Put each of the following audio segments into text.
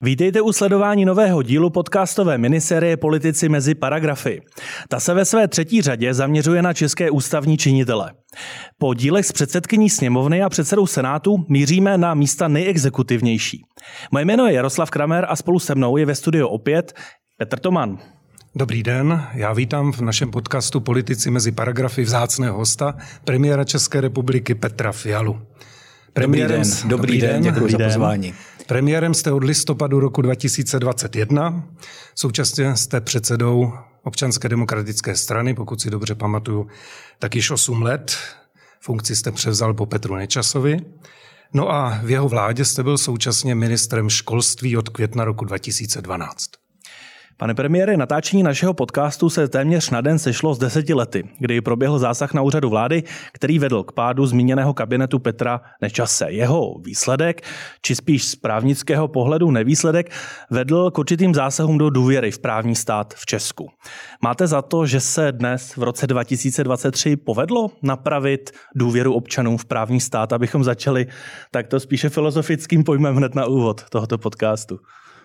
Vítejte u sledování nového dílu podcastové minisérie Politici mezi paragrafy. Ta se ve své třetí řadě zaměřuje na české ústavní činitele. Po dílech s předsedkyní sněmovny a předsedou Senátu míříme na místa nejexekutivnější. Moje jméno je Jaroslav Kramer a spolu se mnou je ve studiu opět Petr Toman. Dobrý den, já vítám v našem podcastu Politici mezi paragrafy vzácného hosta, premiéra České republiky Petra Fialu. Dobrý den, děkuji za pozvání. Premiérem jste od listopadu roku 2021, současně jste předsedou Občanské demokratické strany, pokud si dobře pamatuju, tak již 8 let. Funkci jste převzal po Petru Nečasovi. No a v jeho vládě jste byl současně ministrem školství od května roku 2012. Pane premiére, natáčení našeho podcastu se téměř na den sešlo s 10 lety, kdy proběhl zásah na úřadu vlády, který vedl k pádu zmíněného kabinetu Petra Nečase. Jeho výsledek, či spíš z právnického pohledu nevýsledek, vedl k určitým zásahům do důvěry v právní stát v Česku. Máte za to, že se dnes v roce 2023 povedlo napravit důvěru občanů v právní stát, abychom začali takto spíše filozofickým pojmem hned na úvod tohoto podcastu?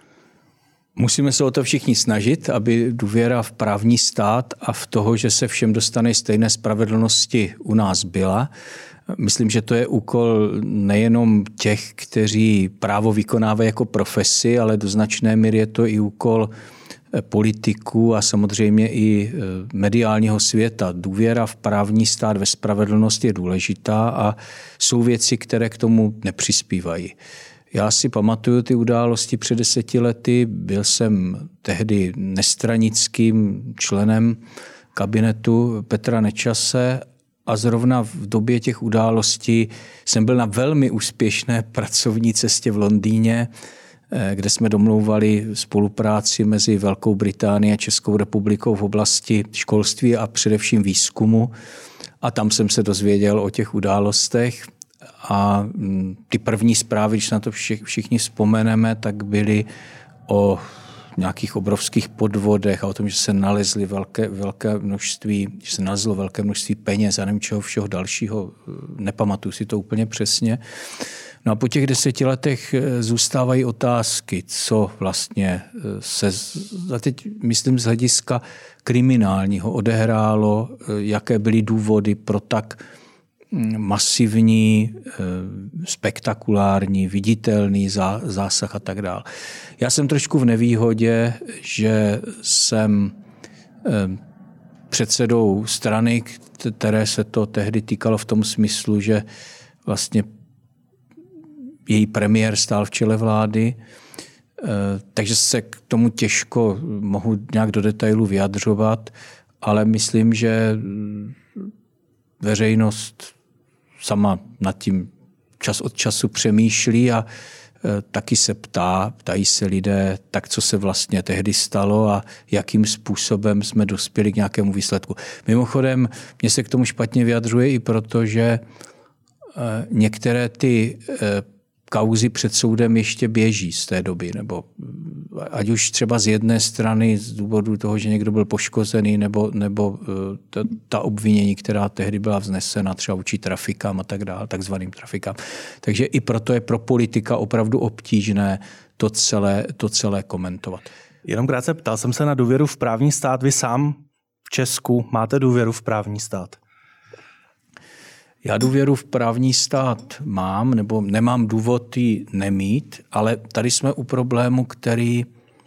Musíme se o to všichni snažit, aby důvěra v právní stát a v toho, že se všem dostane stejné spravedlnosti u nás byla. Myslím, že to je úkol nejenom těch, kteří právo vykonávají jako profesi, ale do značné míry je to i úkol politiků a samozřejmě i mediálního světa. Důvěra v právní stát ve spravedlnosti je důležitá a jsou věci, které k tomu nepřispívají. Já si pamatuju ty události před 10 lety. Byl jsem tehdy nestranickým členem kabinetu Petra Nečase a zrovna v době těch událostí jsem byl na velmi úspěšné pracovní cestě v Londýně, kde jsme domlouvali spolupráci mezi Velkou Británií a Českou republikou v oblasti školství a především výzkumu. A tam jsem se dozvěděl o těch událostech. A ty první zprávy, když na to všichni vzpomeneme, tak byly o nějakých obrovských podvodech a o tom, že se nalezlo velké množství peněz a nevím čeho všeho dalšího, nepamatuju si to úplně přesně. No a po těch 10 letech zůstávají otázky, co vlastně se, a teď myslím z hlediska kriminálního, odehrálo, jaké byly důvody pro tak masivní, spektakulární, viditelný zásah a tak dále. Já jsem trošku v nevýhodě, že jsem předsedou strany, které se to tehdy týkalo v tom smyslu, že vlastně její premiér stál v čele vlády, takže se k tomu těžko mohu nějak do detailu vyjadřovat, ale myslím, že veřejnost sama nad tím čas od času přemýšlí a taky se ptají se lidé, tak co se vlastně tehdy stalo a jakým způsobem jsme dospěli k nějakému výsledku. Mimochodem, mě se k tomu špatně vyjadřuje i proto, že některé ty kauzy před soudem ještě běží z té doby, nebo ať už třeba z jedné strany z důvodu toho, že někdo byl poškozený, nebo ta obvinění, která tehdy byla vznesena třeba vůči trafikám a tak dále, takzvaným trafikám. Takže i proto je pro politika opravdu obtížné to celé komentovat. Jenom krátce ptal jsem se na důvěru v právní stát. Vy sám v Česku máte důvěru v právní stát? Já důvěru v právní stát mám, nebo nemám důvod ji nemít, ale tady jsme u problému, který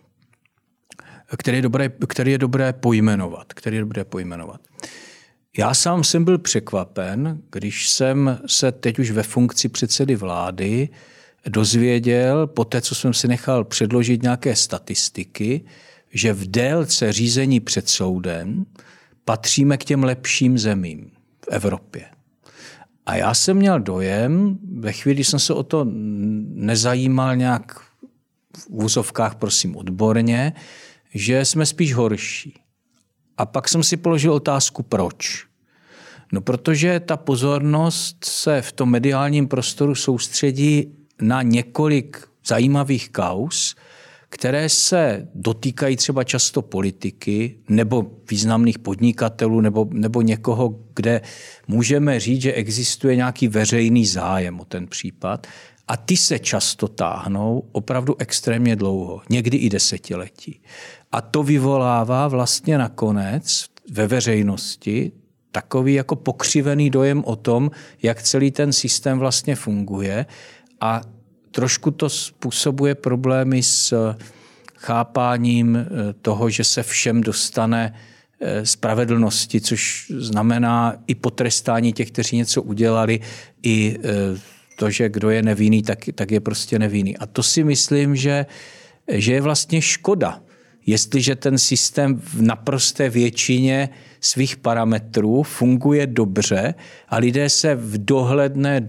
je dobré pojmenovat. Já sám jsem byl překvapen, když jsem se teď už ve funkci předsedy vlády dozvěděl, poté co jsem si nechal předložit nějaké statistiky, že v délce řízení před soudem patříme k těm lepším zemím v Evropě. A já jsem měl dojem, ve chvíli, kdy jsem se o to nezajímal nějak v úzovkách, prosím, odborně, že jsme spíš horší. A pak jsem si položil otázku, proč. No, protože ta pozornost se v tom mediálním prostoru soustředí na několik zajímavých kauz, které se dotýkají třeba často politiky nebo významných podnikatelů nebo někoho, kde můžeme říct, že existuje nějaký veřejný zájem o ten případ. A ty se často táhnou opravdu extrémně dlouho, někdy i desetiletí. A to vyvolává vlastně nakonec ve veřejnosti takový jako pokřivený dojem o tom, jak celý ten systém vlastně funguje a trošku to způsobuje problémy s chápáním toho, že se všem dostane spravedlnosti, což znamená i potrestání těch, kteří něco udělali, i to, že kdo je nevinný, tak je prostě nevinný. A to si myslím, že je vlastně škoda, jestliže ten systém v naprosté většině svých parametrů funguje dobře a lidem se v dohledné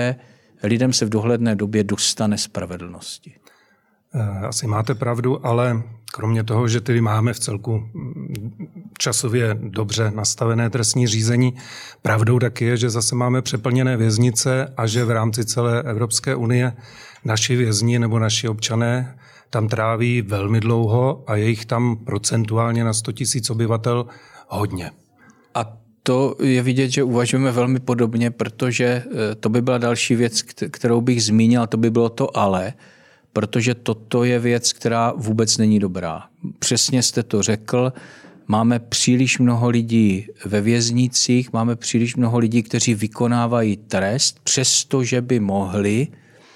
době dostane spravedlnosti. Asi máte pravdu, ale kromě toho, že tedy máme v celku časově dobře nastavené trestní řízení, pravdou taky je, že zase máme přeplněné věznice a že v rámci celé Evropské unie naši vězni nebo naši občané tam tráví velmi dlouho a je jich tam procentuálně na 100 000 obyvatel hodně. A to je vidět, že uvažujeme velmi podobně, protože to by byla další věc, kterou bych zmínil, a to by bylo to ale, protože toto je věc, která vůbec není dobrá. Přesně jste to řekl, máme příliš mnoho lidí ve věznicích, máme příliš mnoho lidí, kteří vykonávají trest, přestože by mohli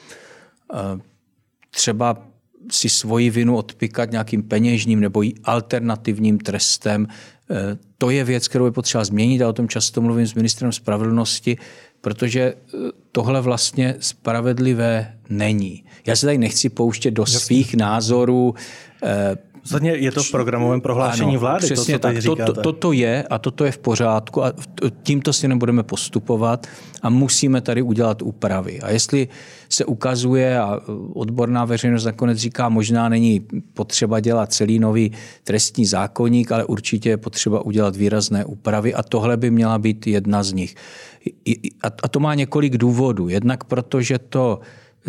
třeba si svoji vinu odpykat nějakým peněžním nebo alternativním trestem. To je věc, kterou je potřeba změnit a o tom často mluvím s ministrem spravedlnosti, protože tohle vlastně spravedlivé není. Já se tady nechci pouštět do svých názorů. Zadně je to v programovém prohlášení vlády. Přesně tak. Toto je a toto je v pořádku a tímto si nebudeme postupovat a musíme tady udělat úpravy. A jestli se ukazuje a odborná veřejnost nakonec říká, možná není potřeba dělat celý nový trestní zákoník, ale určitě je potřeba udělat výrazné úpravy a tohle by měla být jedna z nich. A to má několik důvodů. Jednak proto, že to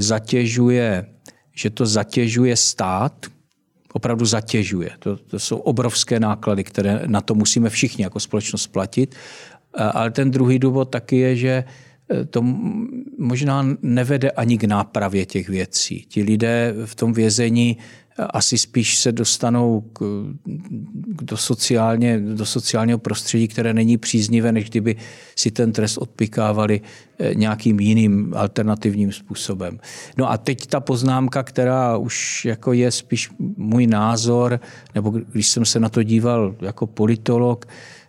zatěžuje stát, opravdu zatěžuje. To jsou obrovské náklady, které na to musíme všichni jako společnost platit. Ale ten druhý důvod taky je, že to možná nevede ani k nápravě těch věcí. Ti lidé v tom vězení asi spíš se dostanou do sociálního prostředí, které není příznivé, než kdyby si ten trest odpykávali nějakým jiným alternativním způsobem. No a teď ta poznámka, která už jako je spíš můj názor, nebo když jsem se na to díval jako politolog,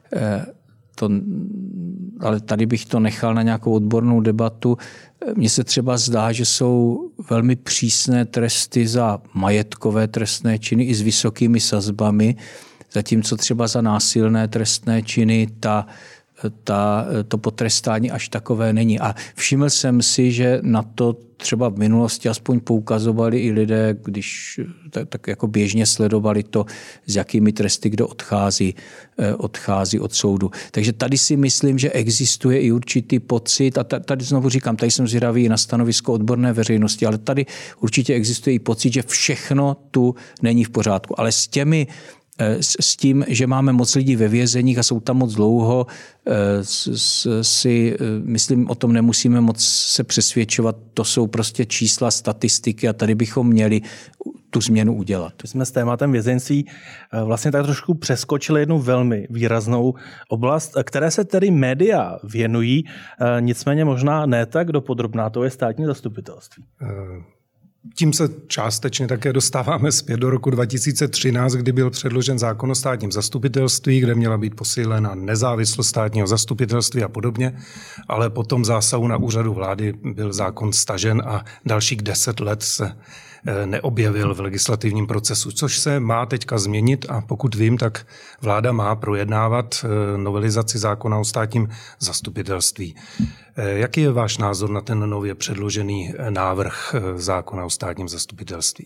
ale tady bych to nechal na nějakou odbornou debatu. Mně se třeba zdá, že jsou velmi přísné tresty za majetkové trestné činy i s vysokými sazbami, zatímco třeba za násilné trestné činy to potrestání až takové není. A všiml jsem si, že na to třeba v minulosti aspoň poukazovali i lidé, když tak jako běžně sledovali to, s jakými tresty kdo odchází od soudu. Takže tady si myslím, že existuje i určitý pocit, a tady znovu říkám, tady jsem zvědavý na stanovisko odborné veřejnosti, ale tady určitě existuje i pocit, že všechno tu není v pořádku. Ale s tím, že máme moc lidí ve vězeních a jsou tam moc dlouho, myslím, o tom nemusíme moc se přesvědčovat. To jsou prostě čísla, statistiky a tady bychom měli tu změnu udělat. My jsme s tématem vězeňství vlastně tak trošku přeskočili jednu velmi výraznou oblast, které se tedy média věnují, nicméně možná ne tak dopodrobná, to je státní zastupitelství. Tím se částečně také dostáváme zpět do roku 2013, kdy byl předložen zákon o státním zastupitelství, kde měla být posílena nezávislost státního zastupitelství a podobně, ale po tom zásahu na úřadu vlády byl zákon stažen a dalších 10 let se neobjevil v legislativním procesu, což se má teďka změnit a pokud vím, tak vláda má projednávat novelizaci zákona o státním zastupitelství. Jaký je váš názor na ten nově předložený návrh zákona o státním zastupitelství?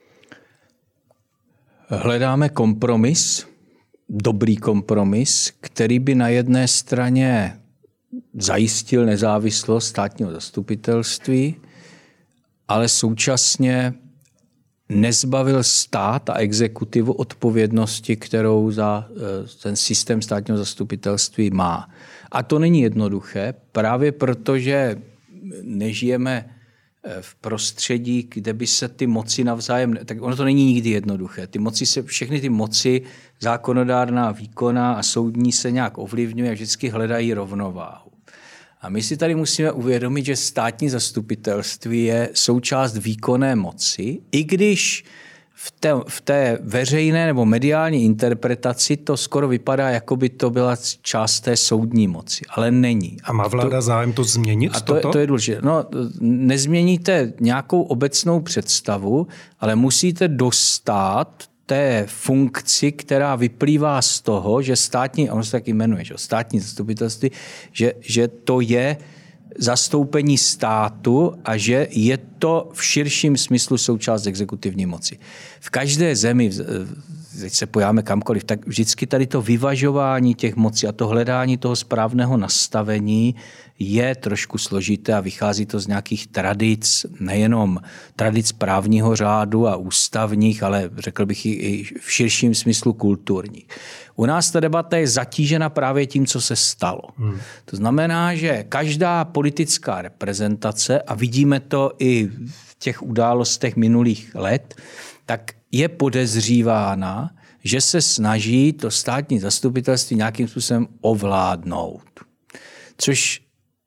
Hledáme kompromis, dobrý kompromis, který by na jedné straně zajistil nezávislost státního zastupitelství, ale současně nezbavil stát a exekutivu odpovědnosti, kterou za ten systém státního zastupitelství má. A to není jednoduché, právě protože nežijeme v prostředí, kde by se ty moci navzájem, tak ono to není nikdy jednoduché. Všechny ty moci, zákonodárná, výkonná a soudní se nějak ovlivňují a vždycky hledají rovnováhu. A my si tady musíme uvědomit, že státní zastupitelství je součást výkonné moci, i když v té veřejné nebo mediální interpretaci to skoro vypadá, jako by to byla část té soudní moci, ale není. A má vláda zájem to změnit? A to je důležité. No, nezměníte nějakou obecnou představu, ale musíte dostát té funkci, která vyplývá z toho, že ono se tak jmenuje, že státní zastupitelství, že to je zastoupení státu a že je to v širším smyslu součást exekutivní moci. V každé zemi, teď se pojáme kamkoliv, tak vždycky tady to vyvažování těch mocí a to hledání toho správného nastavení je trošku složité a vychází to z nějakých tradic, nejenom tradic právního řádu a ústavních, ale řekl bych i v širším smyslu kulturních. U nás ta debata je zatížena právě tím, co se stalo. To znamená, že každá politická reprezentace, a vidíme to i v těch událostech minulých let, tak je podezřívána, že se snaží to státní zastupitelství nějakým způsobem ovládnout. Což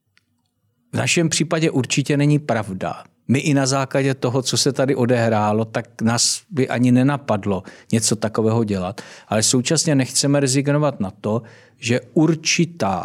v našem případě určitě není pravda. My i na základě toho, co se tady odehrálo, tak nás by ani nenapadlo něco takového dělat. Ale současně nechceme rezignovat na to, že určitá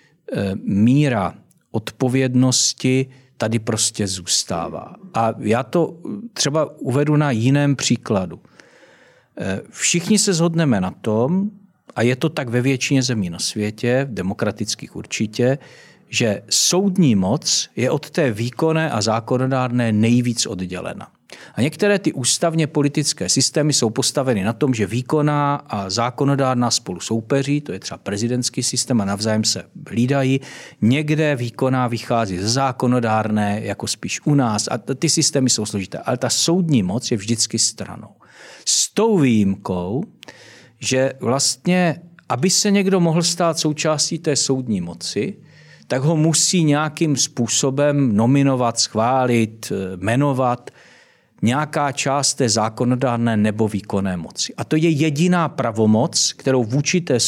míra odpovědnosti tady prostě zůstává. A já to třeba uvedu na jiném příkladu. Všichni se shodneme na tom, a je to tak ve většině zemí na světě, demokratických určitě, že soudní moc je od té výkonné a zákonodárné nejvíc oddělena. A některé ty ústavně politické systémy jsou postaveny na tom, že výkonná a zákonodárná spolu soupeří, to je třeba prezidentský systém a navzájem se hlídají. Někde výkonná vychází ze zákonodárné, jako spíš u nás, a ty systémy jsou složité. Ale ta soudní moc je vždycky stranou. S tou výjimkou, že vlastně, aby se někdo mohl stát součástí té soudní moci, tak ho musí nějakým způsobem nominovat, schválit, jmenovat nějaká část té zákonodárné nebo výkonné moci. A to je jediná pravomoc, kterou vůči té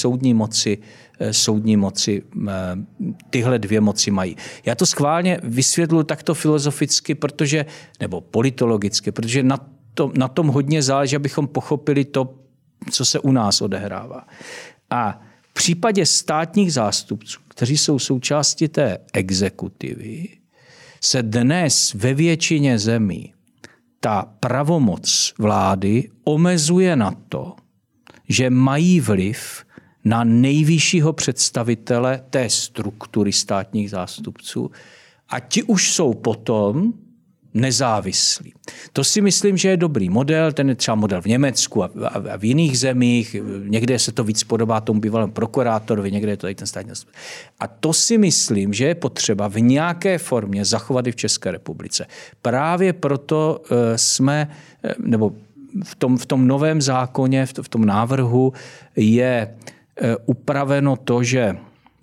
soudní moci tyhle dvě moci mají. Já to schválně vysvětluji takto filozoficky, nebo politologicky, protože na tom hodně záleží, abychom pochopili to, co se u nás odehrává. A v případě státních zástupců, kteří jsou součástí té exekutivy, se dnes ve většině zemí ta pravomoc vlády omezuje na to, že mají vliv na nejvyššího představitele té struktury státních zástupců a ti už jsou potom nezávislí. To si myslím, že je dobrý model, ten je třeba model v Německu a v jiných zemích, někde se to víc podobá tomu bývalému prokurátorovi, někde je to tady ten státní zástupce. A to si myslím, že je potřeba v nějaké formě zachovat i v České republice. Právě proto jsme, nebo v tom novém zákoně, v tom návrhu je upraveno to, že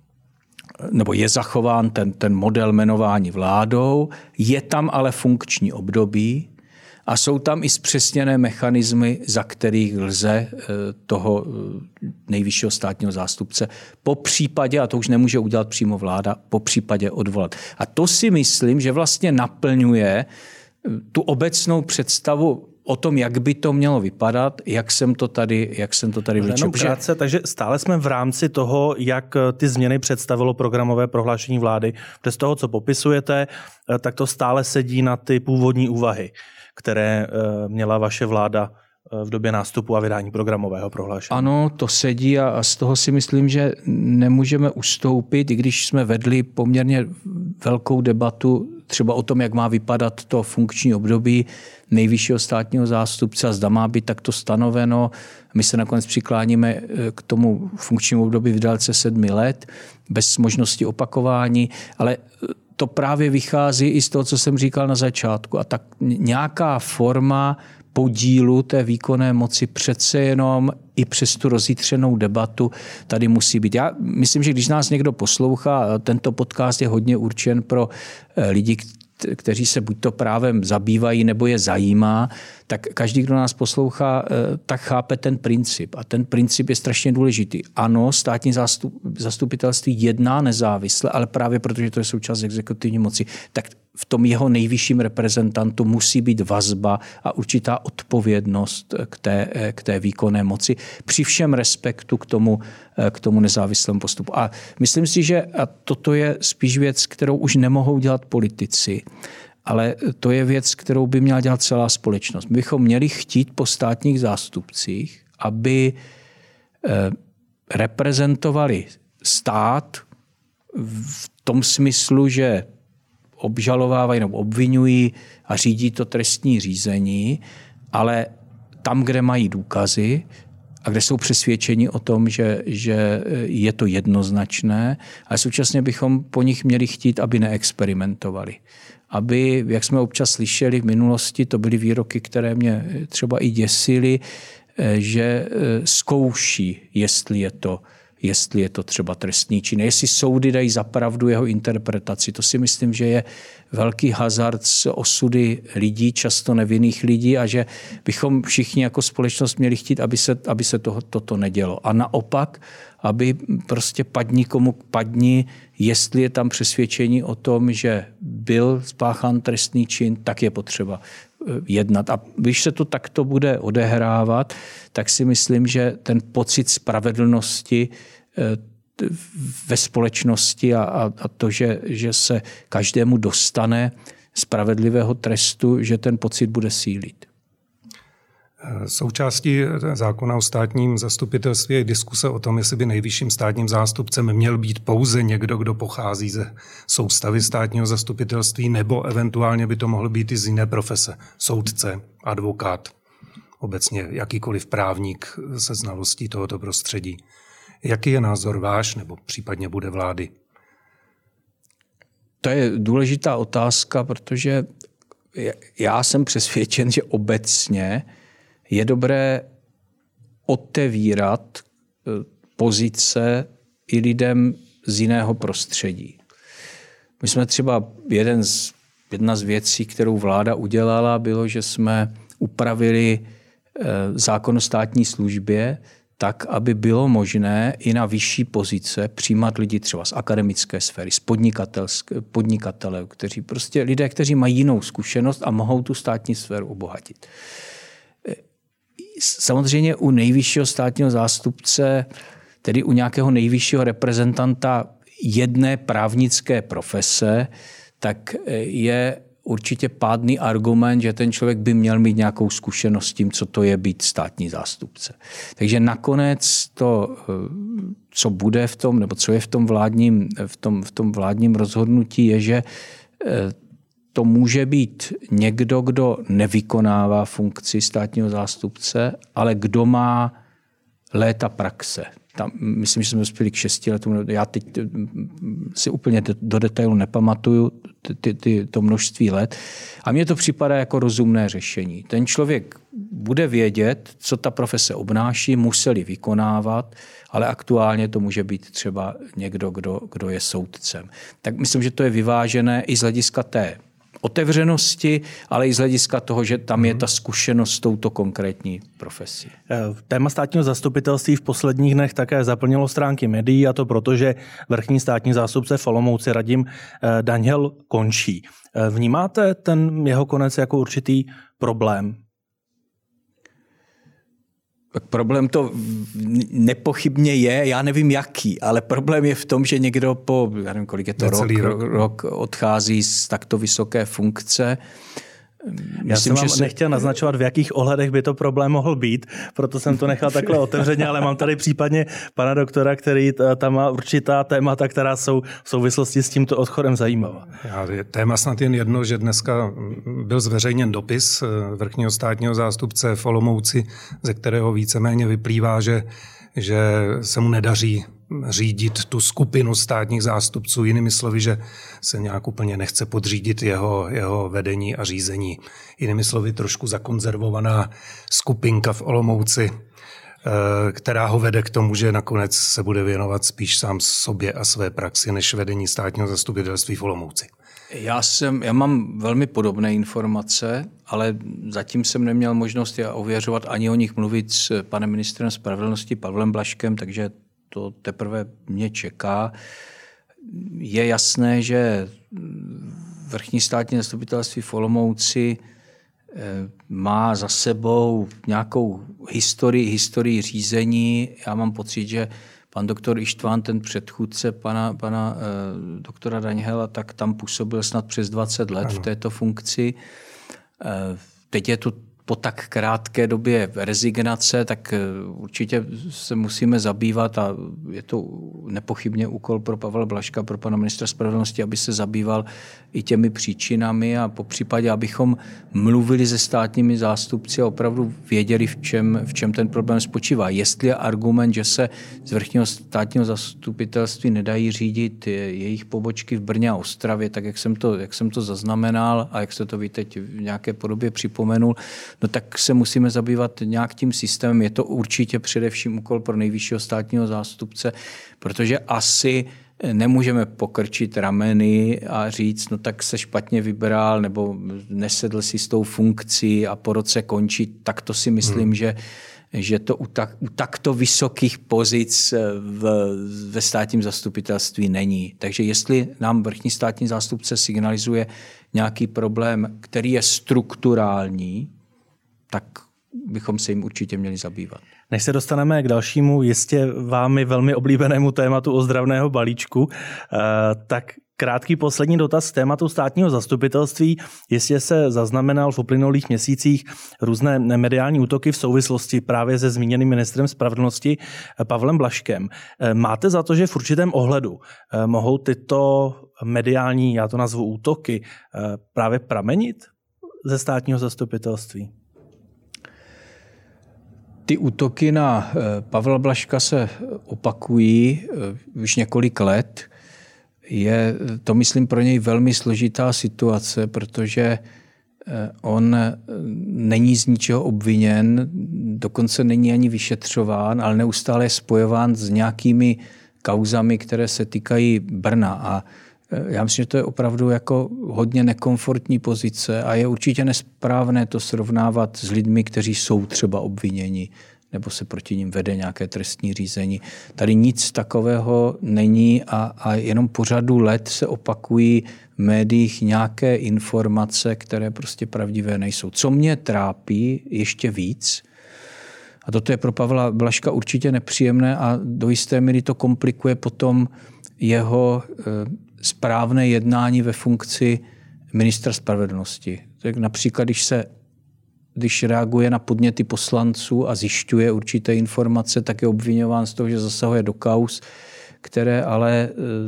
nebo je zachován ten model jmenování vládou, je tam ale funkční období a jsou tam i zpřesněné mechanismy, za kterých lze toho nejvyššího státního zástupce po případě, a to už nemůže udělat přímo vláda, po případě odvolat. A to si myslím, že vlastně naplňuje tu obecnou představu o tom, jak by to mělo vypadat, jak jsem to tady vylečil. Krátce, takže stále jsme v rámci toho, jak ty změny představilo programové prohlášení vlády. Přes toho, co popisujete, tak to stále sedí na ty původní úvahy, které měla vaše vláda v době nástupu a vydání programového prohlášení. Ano, to sedí a z toho si myslím, že nemůžeme ustoupit, i když jsme vedli poměrně velkou debatu třeba o tom, jak má vypadat to funkční období nejvyššího státního zástupce a zda má být takto stanoveno. My se nakonec přikláníme k tomu funkčnímu období v délce 7 let, bez možnosti opakování, ale to právě vychází i z toho, co jsem říkal na začátku. A tak nějaká forma podílu té výkonné moci přece jenom i přes tu rozjitřenou debatu tady musí být. Já myslím, že když nás někdo poslouchá, tento podcast je hodně určen pro lidi, kteří se buď to právem zabývají, nebo je zajímá, tak každý, kdo nás poslouchá, tak chápe ten princip. A ten princip je strašně důležitý. Ano, státní zastupitelství jedná nezávisle, ale právě protože to je součást exekutivní moci, tak v tom jeho nejvyšším reprezentantu musí být vazba a určitá odpovědnost k té výkonné moci při všem respektu k tomu nezávislému postupu. A myslím si, že toto je spíš věc, kterou už nemohou dělat politici, ale to je věc, kterou by měla dělat celá společnost. My bychom měli chtít po státních zástupcích, aby reprezentovali stát v tom smyslu, že obžalovávají nebo obvinují a řídí to trestní řízení, ale tam, kde mají důkazy a kde jsou přesvědčeni o tom, že je to jednoznačné, ale současně bychom po nich měli chtít, aby neexperimentovali. Aby, jak jsme občas slyšeli v minulosti, to byly výroky, které mě třeba i děsily, že zkouší, jestli je to třeba trestný čin. Jestli soudy dají za pravdu jeho interpretaci. To si myslím, že je velký hazard s osudy lidí, často nevinných lidí a že bychom všichni jako společnost měli chtít, aby se toto nedělo. A naopak, aby prostě padni komu padni, jestli je tam přesvědčení o tom, že byl spáchán trestný čin, tak je potřeba jednat. A když se to takto bude odehrávat, tak si myslím, že ten pocit spravedlnosti ve společnosti a to, že se každému dostane spravedlivého trestu, že ten pocit bude sílit. Součástí zákona o státním zastupitelství je diskuse o tom, jestli by nejvyšším státním zástupcem měl být pouze někdo, kdo pochází ze soustavy státního zastupitelství, nebo eventuálně by to mohl být i z jiné profese. Soudce, advokát, obecně jakýkoliv právník se znalostí tohoto prostředí. Jaký je názor váš, nebo případně bude vlády? To je důležitá otázka, protože já jsem přesvědčen, že obecně je dobré otevírat pozice i lidem z jiného prostředí. My jsme třeba jedna z věcí, kterou vláda udělala, bylo, že jsme upravili zákon o státní službě tak, aby bylo možné i na vyšší pozice přijímat lidi třeba z akademické sféry, z podnikatelé, lidé, kteří mají jinou zkušenost a mohou tu státní sféru obohatit. Samozřejmě u nejvyššího státního zástupce, tedy u nějakého nejvyššího reprezentanta jedné právnické profese, tak je určitě pádný argument, že ten člověk by měl mít nějakou zkušenost s tím, co to je být státní zástupce. Takže nakonec to, co bude v tom, nebo co je v tom vládním rozhodnutí, je, že to může být někdo, kdo nevykonává funkci státního zástupce, ale kdo má léta praxe. Tam, myslím, že jsme dospěli k 6 letům. Já teď si úplně do detailu nepamatuju to množství let. A mně to připadá jako rozumné řešení. Ten člověk bude vědět, co ta profese obnáší, museli vykonávat, ale aktuálně to může být třeba někdo, kdo je soudcem. Tak myslím, že to je vyvážené i z hlediska té otevřenosti, ale i z hlediska toho, že tam je ta zkušenost s touto konkrétní profesí. Téma státního zastupitelství v posledních dnech také zaplnilo stránky médií, a to proto, že vrchní státní zástupce v Olomouci Radim Daniel končí. Vnímáte ten jeho konec jako určitý problém? Tak problém to nepochybně je, já nevím jaký, ale problém je v tom, že někdo po, já nevím, kolik je to rok odchází z takto vysoké funkce. Já jsem vám nechtěl naznačovat, v jakých ohledech by to problém mohl být, proto jsem to nechal takhle otevřeně, ale mám tady případně pana doktora, který tam má určitá témata, která jsou v souvislosti s tímto odchodem zajímavá. Téma snad jen jedno, že dneska byl zveřejněn dopis vrchního státního zástupce v Olomouci, ze kterého víceméně vyplývá, že se mu nedaří řídit tu skupinu státních zástupců, jinými slovy, že se nějak úplně nechce podřídit jeho vedení a řízení. Jinými slovy, trošku zakonzervovaná skupinka v Olomouci, která ho vede k tomu, že nakonec se bude věnovat spíš sám sobě a své praxi, než vedení státního zastupitelství v Olomouci. Já mám velmi podobné informace, ale zatím jsem neměl možnost je ověřovat ani o nich mluvit s panem ministrem spravedlnosti Pavlem Blažkem, takže to teprve mě čeká. Je jasné, že vrchní státní zastupitelství v Olomouci má za sebou nějakou historii řízení. Já mám pocit, že pan doktor Ištván, ten předchůdce pana doktora Daňhela, tak tam působil snad přes 20 let v této funkci. Teď je tu po tak krátké době rezignace, tak určitě se musíme zabývat a je to nepochybně úkol pro Pavla Blažka, pro pana ministra spravedlnosti, aby se zabýval i těmi příčinami a popřípadě, abychom mluvili se státními zástupci a opravdu věděli, v čem ten problém spočívá. Jestli je argument, že se z vrchního státního zastupitelství nedají řídit jejich pobočky v Brně a Ostravě, tak jak jsem to zaznamenal a jak se to vy teď v nějaké podobě připomenul, no tak se musíme zabývat nějak tím systémem. Je to určitě především úkol pro nejvyššího státního zástupce, protože asi nemůžeme pokrčit rameny a říct, no tak se špatně vybral nebo nesedl si s tou funkcí a po roce končí. Tak to si myslím, že to u takto vysokých pozic ve státním zastupitelství není. Takže jestli nám vrchní státní zástupce signalizuje nějaký problém, který je strukturální, tak bychom se jim určitě měli zabývat. Než se dostaneme k dalšímu, jistě vámi velmi oblíbenému tématu ozdravného balíčku, tak krátký poslední dotaz k tématu státního zastupitelství. Jistě se zaznamenal v uplynulých měsících různé mediální útoky v souvislosti právě se zmíněným ministrem spravedlnosti Pavlem Blažkem. Máte za to, že v určitém ohledu mohou tyto mediální, já to nazvu útoky, právě pramenit ze státního zastupitelství? Ty útoky na Pavla Blažka se opakují už několik let. Je to, myslím, pro něj velmi složitá situace, protože on není z ničeho obviněn, dokonce není ani vyšetřován, ale neustále je spojován s nějakými kauzami, které se týkají Brna. A já myslím, že to je opravdu jako hodně nekomfortní pozice a je určitě nesprávné to srovnávat s lidmi, kteří jsou třeba obviněni nebo se proti nim vede nějaké trestní řízení. Tady nic takového není a jenom po řadu let se opakují v médiích nějaké informace, které prostě pravdivé nejsou. Co mě trápí ještě víc, a toto je pro Pavla Blažka určitě nepříjemné a do jisté míry to komplikuje potom jeho správné jednání ve funkci ministra spravedlnosti. Tak například, když reaguje na podněty poslanců a zjišťuje určité informace, tak je obviňován z toho, že zasahuje do kauz, které ale,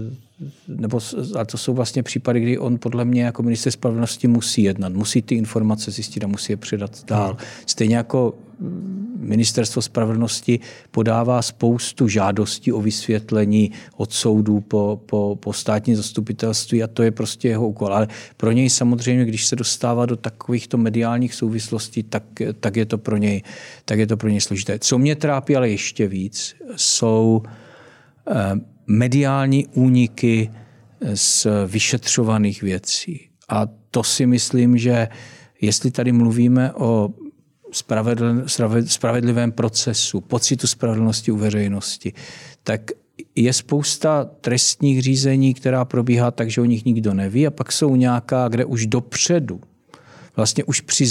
a to jsou vlastně případy, kdy on podle mě jako ministr spravedlnosti musí jednat, musí ty informace zjistit a musí je předat dál. Stejně jako ministerstvo spravedlnosti podává spoustu žádostí o vysvětlení od soudů po státní zastupitelství a to je prostě jeho úkol. Ale pro něj samozřejmě, když se dostává do takovýchto mediálních souvislostí, tak je to pro něj složité. Co mě trápí ale ještě víc, jsou mediální úniky z vyšetřovaných věcí. A to si myslím, že jestli tady mluvíme o spravedlivém procesu, pocitu spravedlnosti u veřejnosti, tak je spousta trestních řízení, která probíhá tak, že o nich nikdo neví a pak jsou nějaká, kde už dopředu, vlastně už při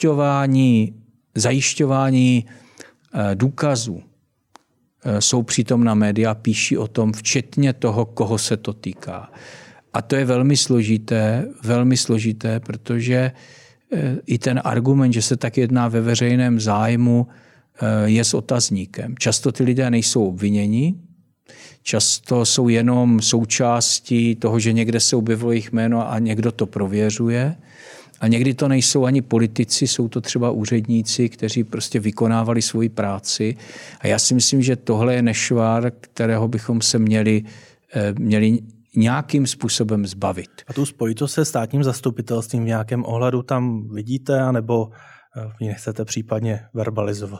zajišťování důkazů jsou přítomna média, píší o tom, včetně toho, koho se to týká. A to je velmi složité, protože i ten argument, že se tak jedná ve veřejném zájmu, je s otazníkem. Často ty lidé nejsou obviněni, často jsou jenom součástí toho, že někde se objevilo jejich jméno a někdo to prověřuje. A někdy to nejsou ani politici, jsou to třeba úředníci, kteří prostě vykonávali svoji práci. A já si myslím, že tohle je nešvar, kterého bychom se měli nějakým způsobem zbavit. A tu spojitost se státním zastupitelstvím v nějakém ohledu tam vidíte, anebo ji nechcete případně verbalizovat?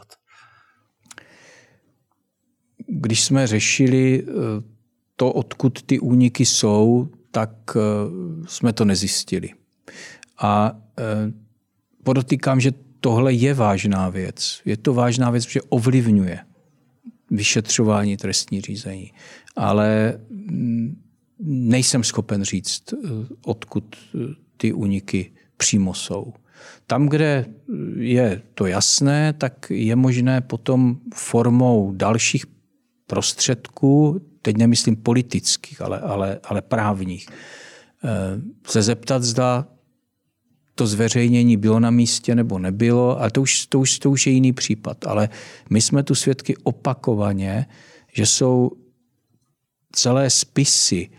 Když jsme řešili to, odkud ty úniky jsou, tak jsme to nezjistili. A podotýkám, že tohle je vážná věc. Je to vážná věc, protože ovlivňuje vyšetřování, trestní řízení. Ale nejsem schopen říct, odkud ty úniky přímo jsou. Tam, kde je to jasné, tak je možné potom formou dalších prostředků, teď nemyslím politických, ale právních, se zeptat, zda to zveřejnění bylo na místě nebo nebylo, a to už je jiný případ. Ale my jsme tu svědky opakovaně, že jsou celé spisy,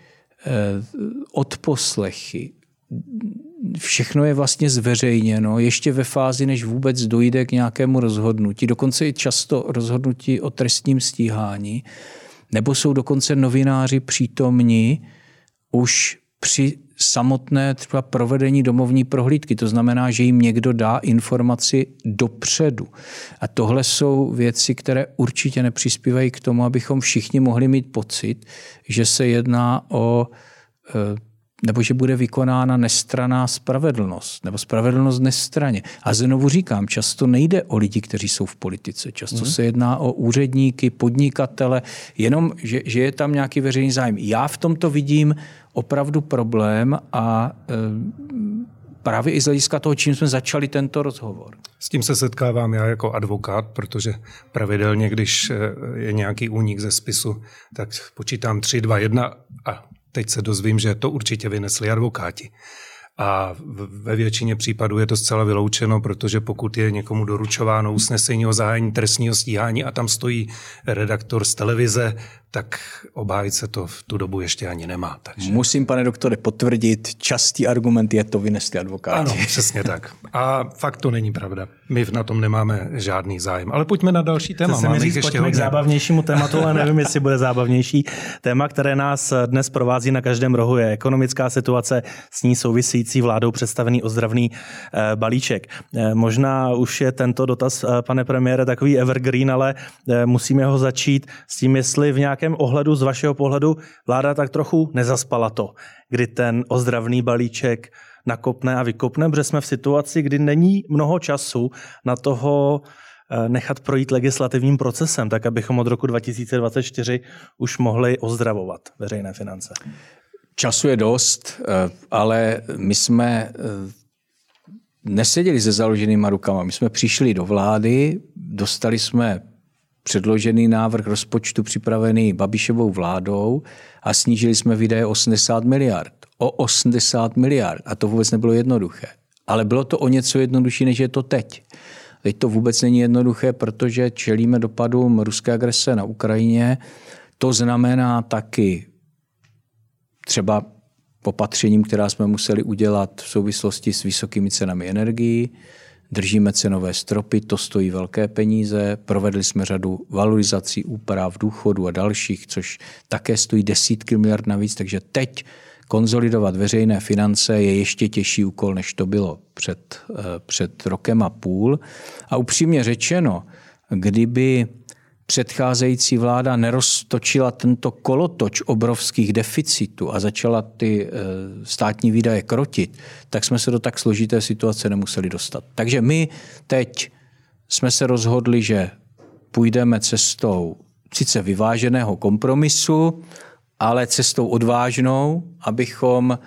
odposlechy, všechno je vlastně zveřejněno ještě ve fázi, než vůbec dojde k nějakému rozhodnutí. Dokonce i často rozhodnutí o trestním stíhání, nebo jsou dokonce novináři přítomní už při samotné třeba provedení domovní prohlídky. To znamená, že jim někdo dá informaci dopředu. A tohle jsou věci, které určitě nepřispívají k tomu, abychom všichni mohli mít pocit, že se jedná nebo že bude vykonána nestranná spravedlnost, nebo spravedlnost nestranně. A znovu říkám, často nejde o lidi, kteří jsou v politice. Často se jedná o úředníky, podnikatele, jenom, že je tam nějaký veřejný zájem. Já v tomto vidím opravdu problém a právě i z hlediska toho, čím jsme začali tento rozhovor. S tím se setkávám já jako advokát, protože pravidelně, když je nějaký únik ze spisu, tak počítám 3, 2, 1 a teď se dozvím, že to určitě vynesli advokáti. A ve většině případů je to zcela vyloučeno, protože pokud je někomu doručováno usnesení o zahájení trestního stíhání a tam stojí redaktor z televize, tak obhájce to v tu dobu ještě ani nemá. Takže... Musím, pane doktore, potvrdit, častý argument je to vynesli advokáti. Ano, přesně tak. A fakt to není pravda. My na tom nemáme žádný zájem. Ale pojďme na další téma. Chce mi říct, pojďme k zábavnějšímu tématu, ale nevím, jestli bude zábavnější. Téma, které nás dnes provází na každém rohu, je ekonomická situace, s ní související vládou představený ozdravný balíček. Možná už je tento dotaz, pane premiére, takový evergreen, ale musíme ho začít s tím, jestli v nějakém ohledu, z vašeho pohledu, vláda tak trochu nezaspala to, kdy ten ozdravný balíček nakopne a vykopne, protože jsme v situaci, kdy není mnoho času na toho nechat projít legislativním procesem, tak abychom od roku 2024 už mohli ozdravovat veřejné finance. Času je dost, ale my jsme neseděli se založenýma rukama. My jsme přišli do vlády, dostali jsme předložený návrh rozpočtu připravený Babišovou vládou a snížili jsme výdaje 80 miliard. O 80 miliard. A to vůbec nebylo jednoduché. Ale bylo to o něco jednodušší, než je to teď. Teď to vůbec není jednoduché, protože čelíme dopadům ruské agrese na Ukrajině. To znamená taky třeba opatřením, která jsme museli udělat v souvislosti s vysokými cenami energií. Držíme cenové stropy, to stojí velké peníze. Provedli jsme řadu valorizací, úprav, důchodu a dalších, což také stojí desítky miliard navíc. Takže teď konsolidovat veřejné finance je ještě těžší úkol, než to bylo před rokem a půl. A upřímně řečeno, kdyby předcházející vláda neroztočila tento kolotoč obrovských deficitů a začala ty státní výdaje krotit, tak jsme se do tak složité situace nemuseli dostat. Takže my teď jsme se rozhodli, že půjdeme cestou sice vyváženého kompromisu, ale cestou odvážnou, abychom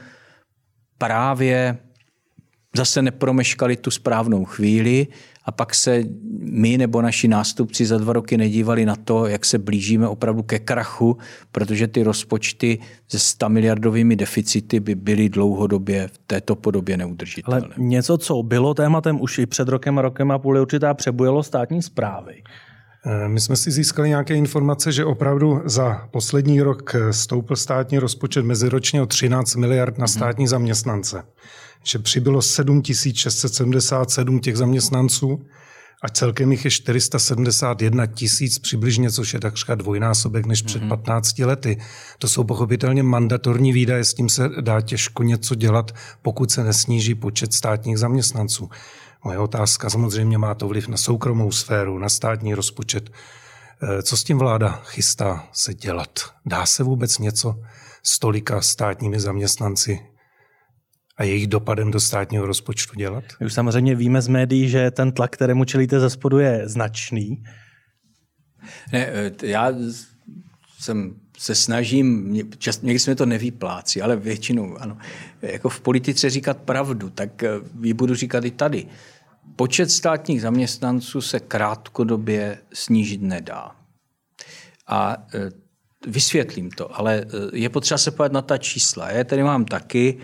právě zase nepromeškali tu správnou chvíli a pak se my nebo naši nástupci za 2 roky nedívali na to, jak se blížíme opravdu ke krachu, protože ty rozpočty se 100 miliardovými deficity by byly dlouhodobě v této podobě neudržitelné. Ale něco, co bylo tématem už i před rokem a půl, je určitá přebujelost státní správy. My jsme si získali nějaké informace, že opravdu za poslední rok stoupl státní rozpočet meziročně o 13 miliard na státní zaměstnance. že přibylo 7677 těch zaměstnanců a celkem jich je 471 000 přibližně, což je takřka dvojnásobek než před 15 lety. To jsou pochopitelně mandatorní výdaje, s tím se dá těžko něco dělat, pokud se nesníží počet státních zaměstnanců. Moje otázka samozřejmě má to vliv na soukromou sféru, na státní rozpočet. Co s tím vláda chystá se dělat? Dá se vůbec něco s tolika státními zaměstnanci a jejich dopadem do státního rozpočtu dělat? My už samozřejmě víme z médií, že ten tlak, kterému čelíte ze spodu, je značný. Ne, já se snažím, někdy se mi to nevyplácí, ale většinou ano, jako v politice říkat pravdu, tak ji budu říkat i tady. Počet státních zaměstnanců se krátkodobě snížit nedá. A vysvětlím to, ale je potřeba se podívat na ta čísla. Já tady mám taky.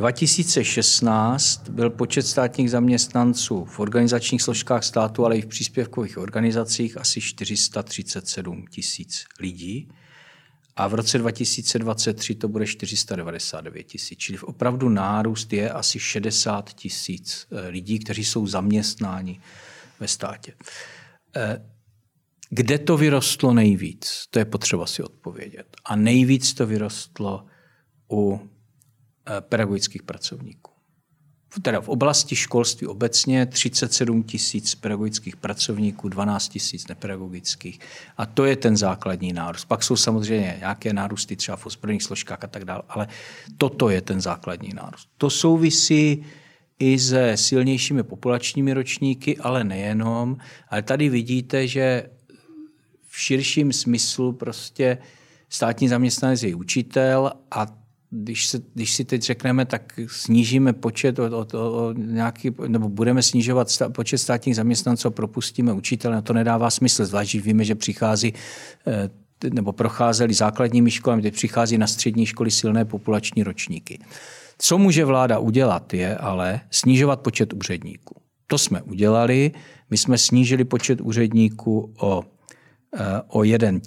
2016 byl počet státních zaměstnanců v organizačních složkách státu, ale i v příspěvkových organizacích asi 437 000 lidí. A v roce 2023 to bude 499 000. Čili opravdu nárůst je asi 60 000 lidí, kteří jsou zaměstnáni ve státě. Kde to vyrostlo nejvíc? To je potřeba si odpovědět. A nejvíc to vyrostlo u pedagogických pracovníků. Teda v oblasti školství obecně 37 000 pedagogických pracovníků, 12 000 nepedagogických. A to je ten základní nárůst. Pak jsou samozřejmě nějaké nárůsty třeba v ozbrojených složkách a tak dále, ale toto je ten základní nárůst. To souvisí i se silnějšími populačními ročníky, ale nejenom. Ale tady vidíte, že v širším smyslu prostě státní zaměstnanec je učitel a když si teď řekneme, tak snížíme počet nebo budeme snižovat počet státních zaměstnanců a propustíme učitele, no to nedává smysl. Zvlášť víme, že přichází nebo procházeli základními školami, teď přichází na střední školy silné populační ročníky. Co může vláda udělat, je ale snižovat počet úředníků. To jsme udělali. My jsme snížili počet úředníků o 1 000.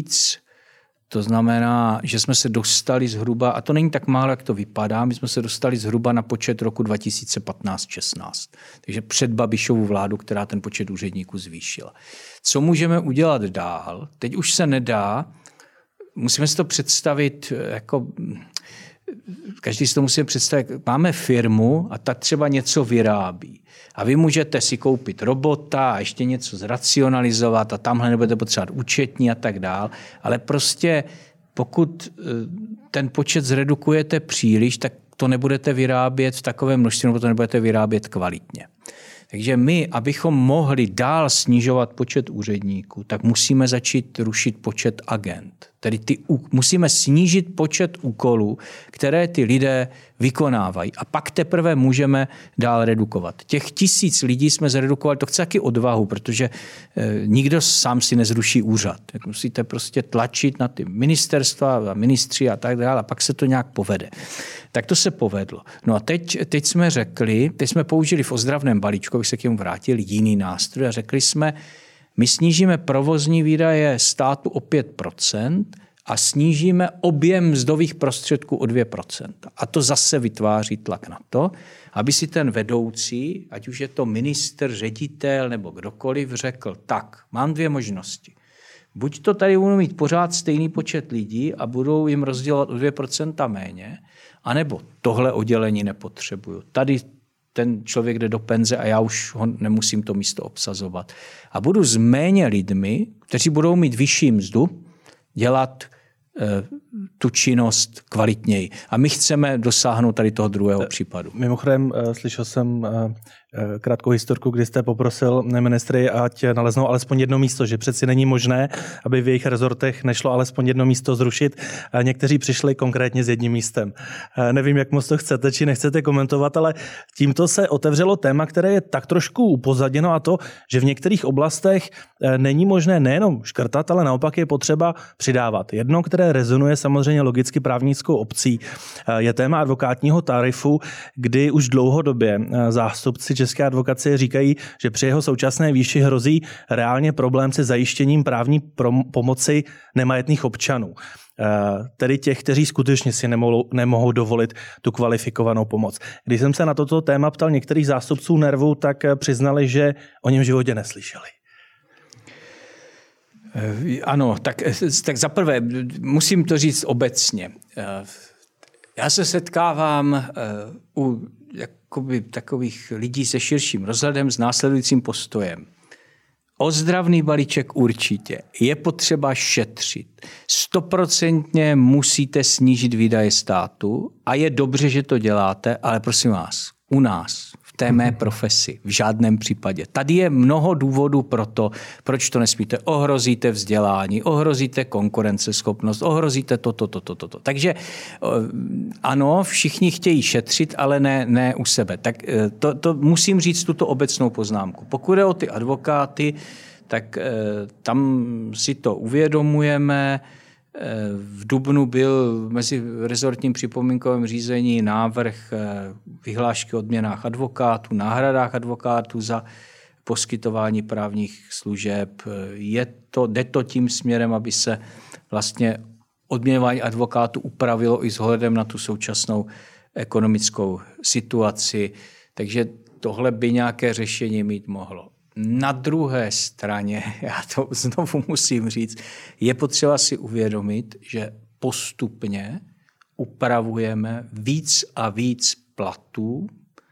To znamená, že jsme se dostali zhruba, a to není tak málo, jak to vypadá, my jsme se dostali zhruba na počet roku 2015-16. Takže před Babišovu vládu, která ten počet úředníků zvýšila. Co můžeme udělat dál? Teď už se nedá, musíme si to představit jako... Každý si to musí představit. Máme firmu a ta třeba něco vyrábí. A vy můžete si koupit robota a ještě něco zracionalizovat a tamhle nebudete potřebovat účetní a tak dál. Ale prostě pokud ten počet zredukujete příliš, tak to nebudete vyrábět v takovém množství, nebo to nebudete vyrábět kvalitně. Takže my, abychom mohli dál snižovat počet úředníků, tak musíme začít rušit počet agent. Tedy musíme snížit počet úkolů, které ty lidé vykonávají. A pak teprve můžeme dál redukovat. Těch 1000 lidí jsme zredukovali, to chce taky odvahu, protože nikdo sám si nezruší úřad. Musíte prostě tlačit na ty ministerstva a ministři a tak dále, a pak se to nějak povede. Tak to se povedlo. No a teď jsme řekli, teď jsme použili v ozdravném balíčku, abych se k němu vrátil, jiný nástroj a řekli jsme, my snížíme provozní výdaje státu o 5% a snížíme objem mzdových prostředků o 2%. A to zase vytváří tlak na to, aby si ten vedoucí, ať už je to ministr, ředitel nebo kdokoliv, řekl, tak, mám 2 možnosti. Buď to tady budou mít pořád stejný počet lidí a budou jim rozdělat o 2% méně, anebo tohle oddělení nepotřebuju. Tady ten člověk jde do penze a já už ho nemusím to místo obsazovat. A budu s méně lidmi, kteří budou mít vyšší mzdu, dělat tu činnost kvalitněji. A my chceme dosáhnout tady toho druhého případu. Mimochodem, slyšel jsem krátkou historku, kdy jste poprosil ministry, ať naleznou alespoň jedno místo, že přeci není možné, aby v jejich rezortech nešlo alespoň jedno místo zrušit. Někteří přišli konkrétně s jedním místem. Nevím, jak moc to chcete, či nechcete komentovat, ale tímto se otevřelo téma, které je tak trošku upozaděno, a to, že v některých oblastech není možné nejenom škrtat, ale naopak je potřeba přidávat. Jedno, které rezonuje samozřejmě logicky právnickou obcí, je téma advokátního tarifu, kdy už dlouhodobě zástupci české advokacie říkají, že při jeho současné výši hrozí reálně problém se zajištěním právní pomoci nemajetných občanů. tedy těch, kteří skutečně si nemohou dovolit tu kvalifikovanou pomoc. Když jsem se na toto téma ptal některých zástupců NERVu, tak přiznali, že o něm v životě neslyšeli. Ano, tak zaprvé musím to říct obecně. Já se setkávám u jakoby takových lidí se širším rozhledem s následujícím postojem. Ozdravný balíček určitě. Je potřeba šetřit. 100% musíte snížit výdaje státu a je dobře, že to děláte, ale prosím vás, u nás, v té mé profesi, v žádném případě. Tady je mnoho důvodů pro to, proč to nesmíte. Ohrozíte vzdělání, ohrozíte konkurenceschopnost, ohrozíte toto. Takže ano, všichni chtějí šetřit, ale ne u sebe. Tak to musím říct tuto obecnou poznámku. Pokud je o ty advokáty, tak tam si to uvědomujeme. V dubnu byl v mezirezortním připomínkovém řízení návrh vyhlášky o odměnách advokátů, náhradách advokátů za poskytování právních služeb. Jde to tím směrem, aby se vlastně odměňování advokátů upravilo i s ohledem na tu současnou ekonomickou situaci. Takže tohle by nějaké řešení mít mohlo. Na druhé straně, já to znovu musím říct, je potřeba si uvědomit, že postupně upravujeme víc a víc platů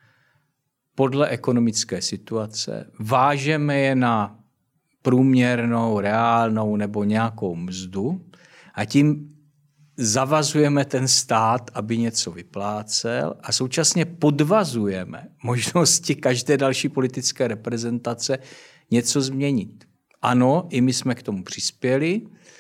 podle ekonomické situace, vážeme je na průměrnou, reálnou nebo nějakou mzdu a tím zavazujeme ten stát, aby něco vyplácel a současně podvazujeme možnosti každé další politické reprezentace něco změnit. Ano, i my jsme k tomu přispěli,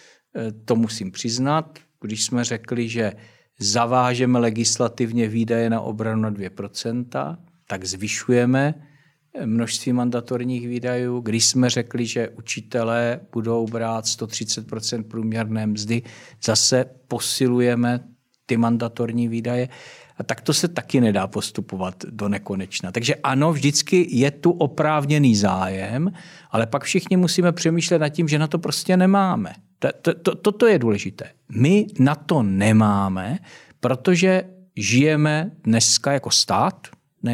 to musím přiznat, když jsme řekli, že zavážeme legislativně výdaje na obranu na 2%, tak zvyšujeme množství mandatorních výdajů. Když jsme řekli, že učitelé budou brát 130% průměrné mzdy, zase posilujeme ty mandatorní výdaje. A tak to se taky nedá postupovat do nekonečna. Takže ano, vždycky je tu oprávněný zájem, ale pak všichni musíme přemýšlet nad tím, že na to prostě nemáme. Toto je důležité. My na to nemáme, protože žijeme dneska jako stát,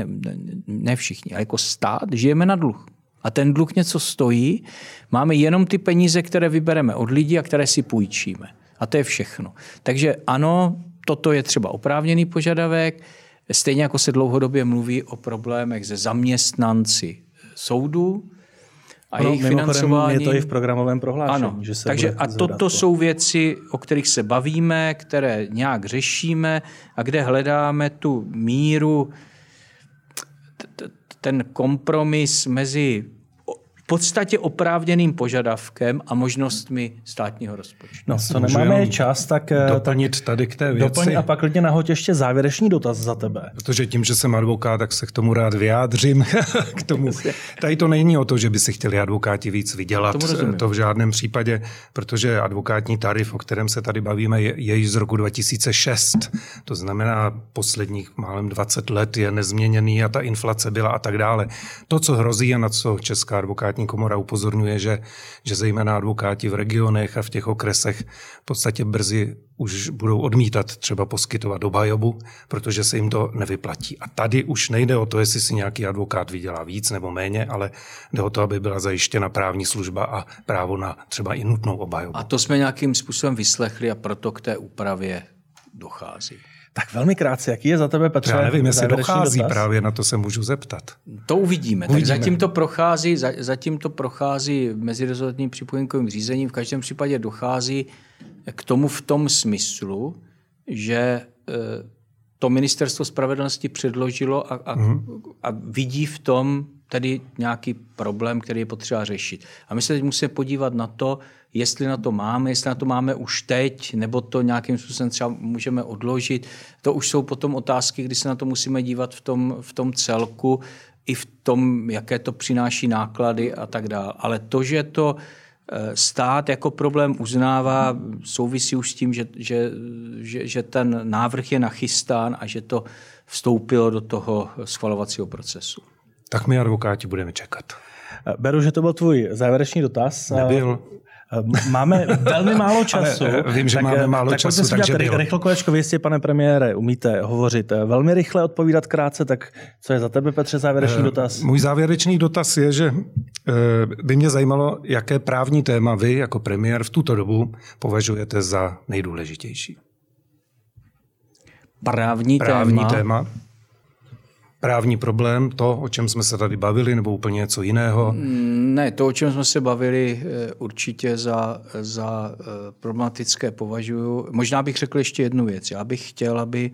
ne všichni, ale jako stát žijeme na dluh. A ten dluh něco stojí. Máme jenom ty peníze, které vybereme od lidí a které si půjčíme. A to je všechno. Takže ano, toto je třeba oprávněný požadavek. Stejně jako se dlouhodobě mluví o problémech se zaměstnanci soudů a jejich financování. Je to i v programovém prohlášení. Ano, že se takže a toto jsou věci, o kterých se bavíme, které nějak řešíme a kde hledáme tu míru, ten kompromis mezi v podstatě oprávněným požadavkem a možnostmi státního rozpočtu. No, co nemáme čas, tak doplnit tady k té věci. Doplň a pak klidně nahoď ještě závěrečný dotaz za tebe. Protože tím, že jsem advokát, tak se k tomu rád vyjádřím. K tomu. Tady to není o to, že by si chtěli advokáti víc vydělat. To v žádném případě, protože advokátní tarif, o kterém se tady bavíme, je již z roku 2006. To znamená, posledních málem 20 let je nezměněný a ta inflace byla a tak dále. To, co hrozí a na co Česká advokátní komora upozorňuje, že zejména advokáti v regionech a v těch okresech v podstatě brzy už budou odmítat třeba poskytovat obhajobu, protože se jim to nevyplatí. A tady už nejde o to, jestli si nějaký advokát vydělá víc nebo méně, ale jde o to, aby byla zajištěna právní služba a právo na třeba i nutnou obhajobu. A to jsme nějakým způsobem vyslechli a proto k té úpravě dochází. Tak velmi krátce, jaký je za tebe, Petře? Já nevím, jestli dochází, dotaz? Právě na to se můžu zeptat. To uvidíme. Tak zatím to prochází mezirezortním připomínkovým řízením. V každém případě dochází k tomu v tom smyslu, že to Ministerstvo spravedlnosti předložilo a vidí v tom tedy nějaký problém, který je potřeba řešit. A my se teď musíme podívat na to, jestli na to máme už teď, nebo to nějakým způsobem třeba můžeme odložit. To už jsou potom otázky, kdy se na to musíme dívat v tom celku, i v tom, jaké to přináší náklady a tak dále. Ale to, že to stát jako problém uznává, souvisí už s tím, že ten návrh je nachystán a že to vstoupilo do toho schvalovacího procesu. Tak my advokáti budeme čekat. Beru, že to byl tvůj závěrečný dotaz. Nebyl. Máme velmi málo času. Vím, že máme málo času, takže rychle kolečko, vy jistě, pane premiére, umíte hovořit velmi rychle, odpovídat krátce, tak co je za tebe, Petře, závěrečný dotaz? Můj závěrečný dotaz je, že by mě zajímalo, jaké právní téma vy jako premiér v tuto dobu považujete za nejdůležitější. Právní téma. Právní problém, to, o čem jsme se tady bavili, nebo úplně něco jiného? Ne, to, o čem jsme se bavili, určitě za problematické považuji. Možná bych řekl ještě jednu věc. Já bych chtěl, aby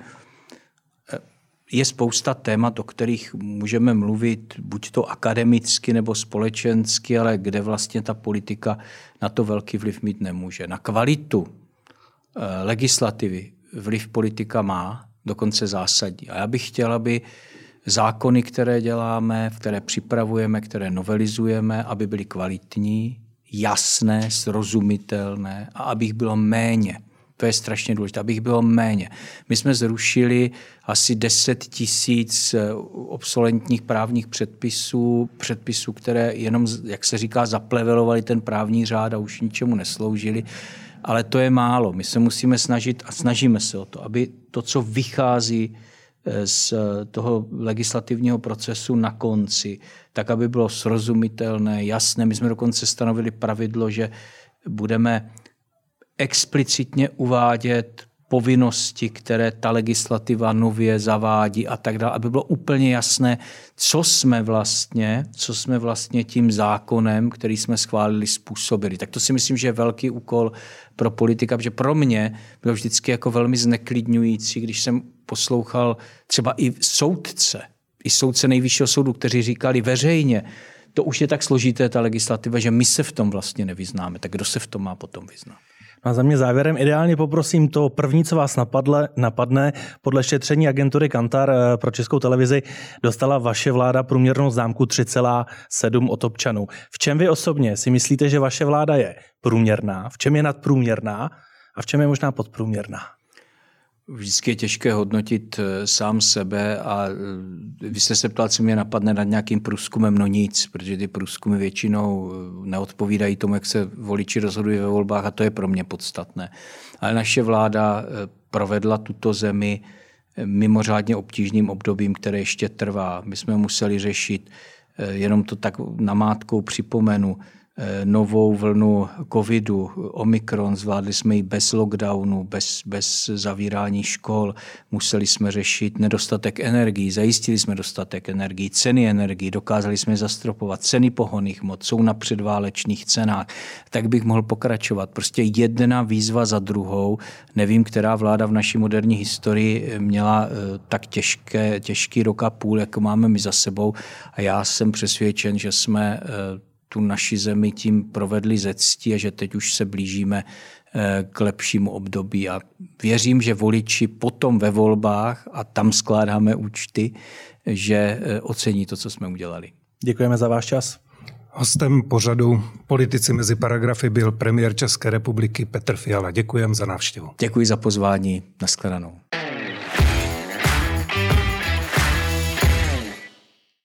je spousta témat, o kterých můžeme mluvit, buď to akademicky nebo společensky, ale kde vlastně ta politika na to velký vliv mít nemůže. Na kvalitu legislativy vliv politika má, dokonce zásadní. A já bych chtěl, aby zákony, které děláme, které připravujeme, které novelizujeme, aby byly kvalitní, jasné, srozumitelné a aby jich bylo méně. To je strašně důležité, aby jich bylo méně. My jsme zrušili asi 10 000 obsolentních právních předpisů, které jenom, jak se říká, zaplevelovaly ten právní řád a už ničemu nesloužily. Ale to je málo. My se musíme snažit a snažíme se o to, aby to, co vychází z toho legislativního procesu na konci, tak aby bylo srozumitelné, jasné. My jsme dokonce stanovili pravidlo, že budeme explicitně uvádět povinnosti, které ta legislativa nově zavádí a tak dále, aby bylo úplně jasné, co jsme vlastně tím zákonem, který jsme schválili, způsobili. Tak to si myslím, že je velký úkol pro politika, protože pro mě bylo vždycky jako velmi zneklidňující, když jsem poslouchal třeba i soudce Nejvyššího soudu, kteří říkali veřejně, to už je tak složité ta legislativa, že my se v tom vlastně nevyznáme. Tak kdo se v tom má potom vyznat? A za mě závěrem ideálně poprosím to první, co vás napadne. Podle šetření agentury Kantar pro Českou televizi dostala vaše vláda průměrnou známku 3,7 od občanů. V čem vy osobně si myslíte, že vaše vláda je průměrná, v čem je nadprůměrná a v čem je možná podprůměrná? Vždycky je těžké hodnotit sám sebe a vy jste se ptal, co mě napadne nad nějakým průzkumem, no nic, protože ty průzkumy většinou neodpovídají tomu, jak se voliči rozhodují ve volbách a to je pro mě podstatné. Ale naše vláda provedla tuto zemi mimořádně obtížným obdobím, které ještě trvá. My jsme museli řešit, jenom to tak namátkou připomenu, novou vlnu covidu, Omikron, zvládli jsme ji bez lockdownu, bez zavírání škol, museli jsme řešit nedostatek energií, zajistili jsme dostatek energií, ceny energií, dokázali jsme zastropovat, ceny pohonných hmot jsou na předválečných cenách, tak bych mohl pokračovat. Prostě jedna výzva za druhou, nevím, která vláda v naší moderní historii měla tak těžký rok a půl, jako máme my za sebou a já jsem přesvědčen, že jsme tu naši zemi tím provedli ze cti a že teď už se blížíme k lepšímu období. A věřím, že voliči potom ve volbách, a tam skládáme účty, že ocení to, co jsme udělali. Děkujeme za váš čas. Hostem pořadu Politici mezi paragrafy byl premiér České republiky Petr Fiala. Děkujeme za návštěvu. Děkuji za pozvání. Nashledanou.